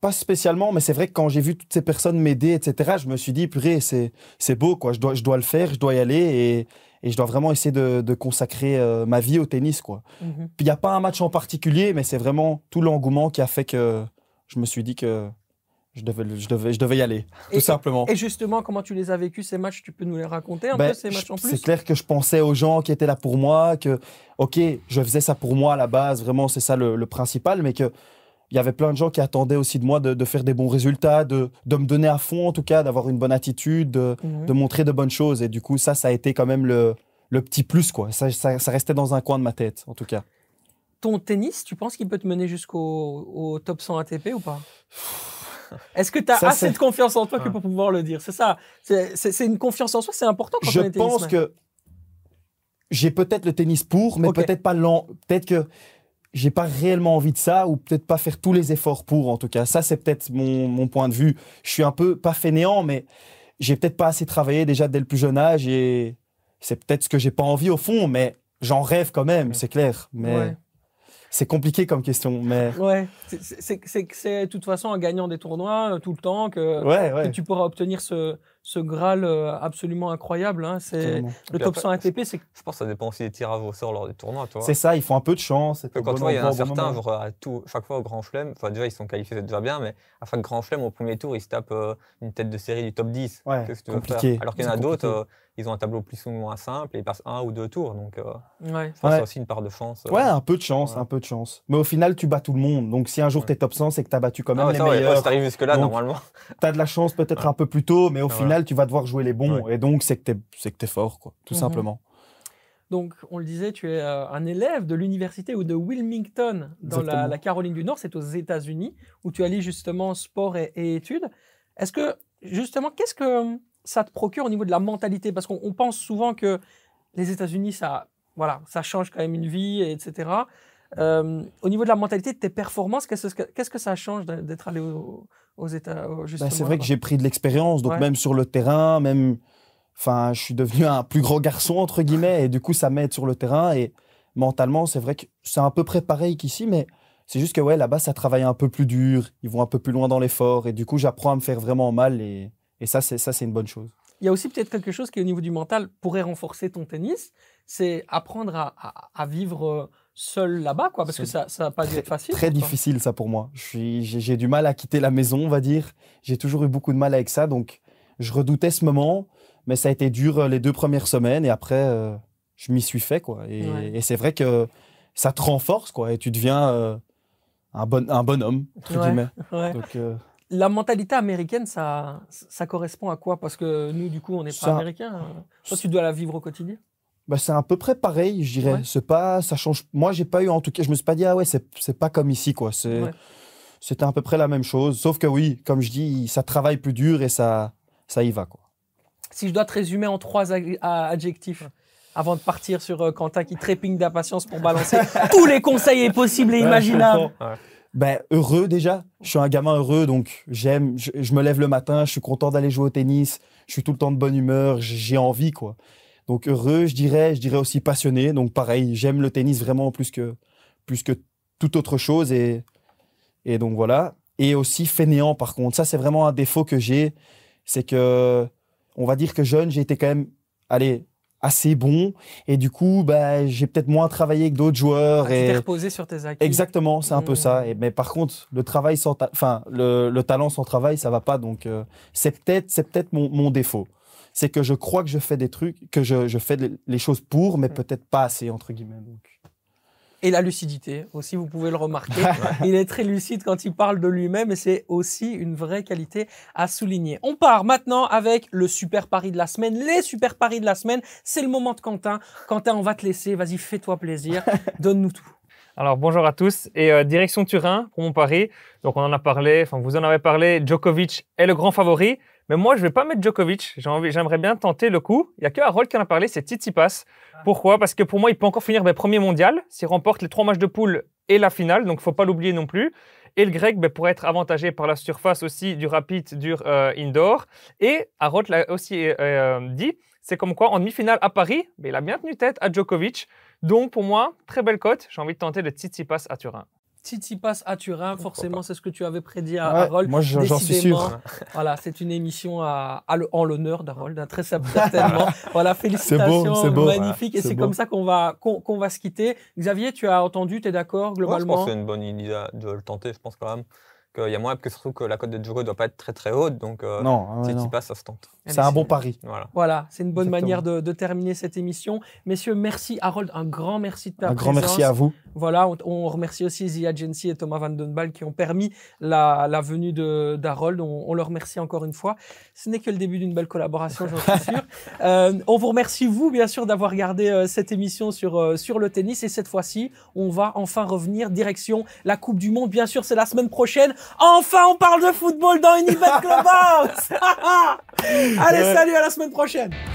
pas spécialement, mais c'est vrai que quand j'ai vu toutes ces personnes m'aider, et cetera, je me suis dit, purée, c'est, c'est beau, quoi. Je dois, je dois le faire, je dois y aller et, et je dois vraiment essayer de, de consacrer euh, ma vie au tennis, quoi. Mhm. Il n'y a pas un match en particulier, mais c'est vraiment tout l'engouement qui a fait que je me suis dit que je devais, je devais, je devais y aller, tout Et- simplement. Et justement, comment tu les as vécus ces matchs? Tu peux nous les raconter un Ben, peu ces matchs je- en plus? C'est clair que je pensais aux gens qui étaient là pour moi, que, ok, je faisais ça pour moi à la base, vraiment, c'est ça le, le principal, mais que il y avait plein de gens qui attendaient aussi de moi de, de faire des bons résultats, de, de me donner à fond, en tout cas, d'avoir une bonne attitude, de, Mhm. de montrer de bonnes choses. Et du coup, ça, ça a été quand même le, le petit plus, quoi. Ça, ça, ça restait dans un coin de ma tête, en tout cas. Ton tennis, tu penses qu'il peut te mener jusqu'au au top cent A T P ou pas? Est-ce que tu as Ça, assez c'est- de confiance en toi que Ouais. pour pouvoir le dire? C'est ça. C'est, c'est, c'est une confiance en soi, c'est important quand Je on est tennisman. pense que j'ai peut-être le tennis pour, mais Ok. peut-être pas l'en... Peut-être que j'ai pas réellement envie de ça, ou peut-être pas faire tous les efforts pour, en tout cas. Ça, c'est peut-être mon, mon point de vue. Je suis un peu, pas fainéant, mais j'ai peut-être pas assez travaillé déjà dès le plus jeune âge, et c'est peut-être ce que j'ai pas envie au fond, mais j'en rêve quand même, c'est clair. Mais Ouais. c'est compliqué comme question, mais... Ouais, c'est, c'est, c'est, c'est, c'est de toute façon en gagnant des tournois euh, tout le temps que, Ouais, que ouais. tu pourras obtenir ce, ce Graal euh, absolument incroyable. Hein. C'est, Carrément. le Puis top après, cent A T P, c'est Je pense que ça dépend aussi des tirages au sort lors des tournois, tu vois. C'est ça, il faut un peu de chance. être Que au quand bon tu vois, il y en a endroit au bon certains, moment. genre, à tout, chaque fois au Grand Chelem, enfin, déjà, ils sont qualifiés, c'est déjà bien, mais à chaque Grand Chelem, au premier tour, ils se tapent euh, une tête de série du top dix. Ouais, Qu'est-ce que tu veux compliqué. faire Alors qu'il y en a C'est d'autres, compliqué. euh, ils ont un tableau plus ou moins simple et ils passent un ou deux tours. Donc, euh, ouais. je pense que Ouais. c'est aussi une part de chance. euh. Ouais, un peu de chance, Ouais. un peu de chance. Mais au final, tu bats tout le monde. Donc si un jour Ouais. tu es top cent, c'est que tu as battu quand même Ah ouais, les ça, ouais, ouais, meilleurs. si t'arrives jusque-là, Donc, normalement. Tu as de la chance peut-être un peu plus tôt, mais au Ah, final, tu vas devoir jouer les bons. Ouais. Et donc, c'est que tu c'est que t'es fort, quoi, tout Mhm. simplement. Donc, on le disait, tu es euh, un élève de l'université ou de Wilmington dans la, Exactement. la Caroline du Nord, c'est aux États-Unis, où tu allies justement sport et, et études. Est-ce que, justement, qu'est-ce que ça te procure au niveau de la mentalité? Parce qu'on on pense souvent que les États-Unis, ça, voilà, ça change quand même une vie, et cetera. Euh, au niveau de la mentalité, de tes performances, qu'est-ce que, qu'est-ce que ça change d'être allé au- aux États au- justement Bah, c'est vrai que là-bas? j'ai pris de l'expérience, donc Ouais. même sur le terrain, même, enfin, je suis devenu un plus gros garçon entre guillemets, et du coup, ça m'aide sur le terrain. Et mentalement, c'est vrai que c'est à peu près pareil qu'ici, mais c'est juste que ouais, là-bas, ça travaille un peu plus dur, ils vont un peu plus loin dans l'effort, et du coup, j'apprends à me faire vraiment mal, et, et ça, c'est ça, c'est une bonne chose. Il y a aussi peut-être quelque chose qui, au niveau du mental, pourrait renforcer ton tennis, c'est apprendre à, à- à vivre euh, seul là-bas, quoi, parce que ça ça n'a pas dû être facile. Très pour toi. difficile ça pour moi. Je suis, j'ai, j'ai du mal à quitter la maison, on va dire. J'ai toujours eu beaucoup de mal avec ça, donc je redoutais ce moment, mais ça a été dur euh, les deux premières semaines, et après, euh, je m'y suis fait, quoi. Et, Ouais. et c'est vrai que ça te renforce, quoi, et tu deviens euh, un, bon, un bonhomme, entre Ouais. guillemets. Ouais. Donc, euh, La mentalité américaine, ça, ça correspond à quoi? Parce que nous, du coup, on n'est pas Ça- américains. Toi, tu dois la vivre au quotidien. bah, c'est à peu près pareil, je dirais. Ouais. C'est pas, ça change. Moi, j'ai pas eu, en tout cas, je me suis pas dit, ah ouais, c'est, c'est pas comme ici, quoi. C'est, Ouais. C'était à peu près la même chose, sauf que oui, comme je dis, ça travaille plus dur et ça, ça y va, quoi. Si je dois te résumer en trois ag- a- adjectifs, avant de partir sur euh, Quentin qui trépigne d'impatience pour balancer tous les conseils possibles et Ouais, je imaginables. comprends. Ouais. Ben, heureux déjà. Je suis un gamin heureux, donc j'aime. Je, je me lève le matin, je suis content d'aller jouer au tennis. Je suis tout le temps de bonne humeur, j'ai j'ai envie, quoi. Donc heureux, je dirais. Je dirais aussi passionné. Donc pareil, j'aime le tennis vraiment plus que plus que toute autre chose et et donc voilà. Et aussi fainéant, par contre. Ça, c'est vraiment un défaut que j'ai. C'est que, on va dire que jeune, j'ai été quand même, allez, assez bon. Et du coup, ben, j'ai peut-être moins travaillé que d'autres joueurs. Ah, tu et... t'es reposé sur tes acquis. Exactement, c'est un peu Mmh. ça. Et, mais par contre, le travail sans, ta- enfin, le, le talent sans travail, ça va pas. Donc, euh, c'est peut-être, c'est peut-être mon, mon défaut. C'est que je crois que je fais des trucs, que je, je fais les- les choses pour, mais peut-être pas assez entre guillemets. Donc. Et la lucidité aussi, vous pouvez le remarquer. Il est très lucide quand il parle de lui-même et c'est aussi une vraie qualité à souligner. On part maintenant avec le super pari de la semaine, les super paris de la semaine. C'est le moment de Quentin. Quentin, on va te laisser. Vas-y, fais-toi plaisir. Donne-nous tout. Alors bonjour à tous et euh, direction Turin pour mon pari. Donc on en a parlé, enfin vous en avez parlé, Djokovic est le grand favori. Mais moi je vais pas mettre Djokovic, j'ai envie, j'aimerais bien tenter le coup. Il y a que Harold qui en a parlé, c'est Tsitsipas. Pourquoi? Parce que pour moi il peut encore finir ben, premier mondial s'il remporte les trois matchs de poule et la finale, donc faut pas l'oublier non plus. Et le grec ben, pourrait être avantagé par la surface aussi du rapide, dur euh, indoor. Et Harold l'a aussi euh, dit, c'est comme quoi en demi-finale à Paris, ben, il a bien tenu tête à Djokovic. Donc pour moi, très belle cote, j'ai envie de tenter le Tsitsipas à Turin. Tsitsipas à Turin, forcément, pas. c'est ce que tu avais prédit à Ouais, Harold. moi, j'en j'en suis Décidément, sûr. Voilà, c'est une émission à, à le- en l'honneur d'Harold, hein, très certainement. Voilà, félicitations, c'est beau. magnifique. Et C'est c'est beau. comme ça qu'on va, qu'on, qu'on va se quitter. Xavier, tu as entendu, tu es d'accord Ouais, je pense globalement? que c'est une bonne idée de le tenter. Je pense quand même qu'il y a moyen, que surtout que la cote de Djoko ne doit pas être très très haute. Donc, euh, Non, ah ouais, si non. tu passes, ça se tente. C'est un bon pari. Voilà. Voilà, c'est une bonne Exactement. manière de, de terminer cette émission. Messieurs, merci Harold, un grand merci de ta Un grand présence. merci à vous. Voilà, on, on remercie aussi Zia Jensi et Thomas Van Den Bal qui ont permis la, la venue de, d'Harold. On, on leur remercie encore une fois. Ce n'est que le début d'une belle collaboration, j'en suis sûr. Euh, on vous remercie, vous, bien sûr, d'avoir regardé euh, cette émission sur, euh, sur le tennis. Et cette fois-ci, on va enfin revenir direction la Coupe du Monde. Bien sûr, c'est la semaine prochaine. Enfin, on parle de football dans Unibet Clubhouse. Allez, Ouais. salut, à la semaine prochaine.